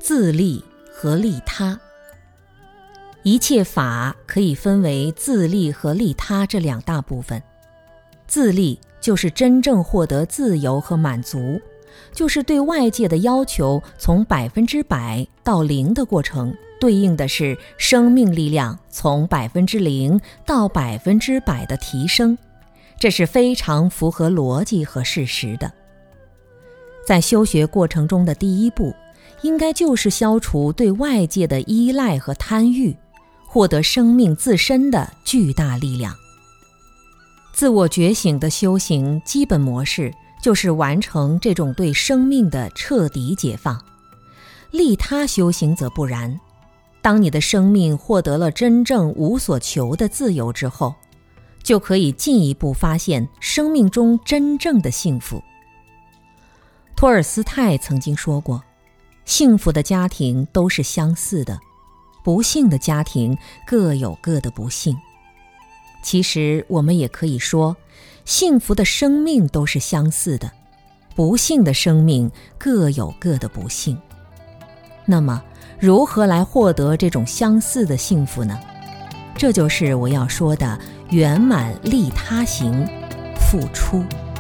自利和利他。一切法可以分为自利和利他这两大部分。自利就是真正获得自由和满足，就是对外界的要求从100%到0的过程，对应的是生命力量从0%到100%的提升，这是非常符合逻辑和事实的。在修学过程中的第一步，应该就是消除对外界的依赖和贪欲，获得生命自身的巨大力量。自我觉醒的修行基本模式就是完成这种对生命的彻底解放。利他修行则不然，当你的生命获得了真正无所求的自由之后，就可以进一步发现生命中真正的幸福。托尔斯泰曾经说过，幸福的家庭都是相似的，不幸的家庭各有各的不幸。其实我们也可以说，幸福的生命都是相似的，不幸的生命各有各的不幸。那么，如何来获得这种相似的幸福呢？这就是我要说的圆满利他行，付出。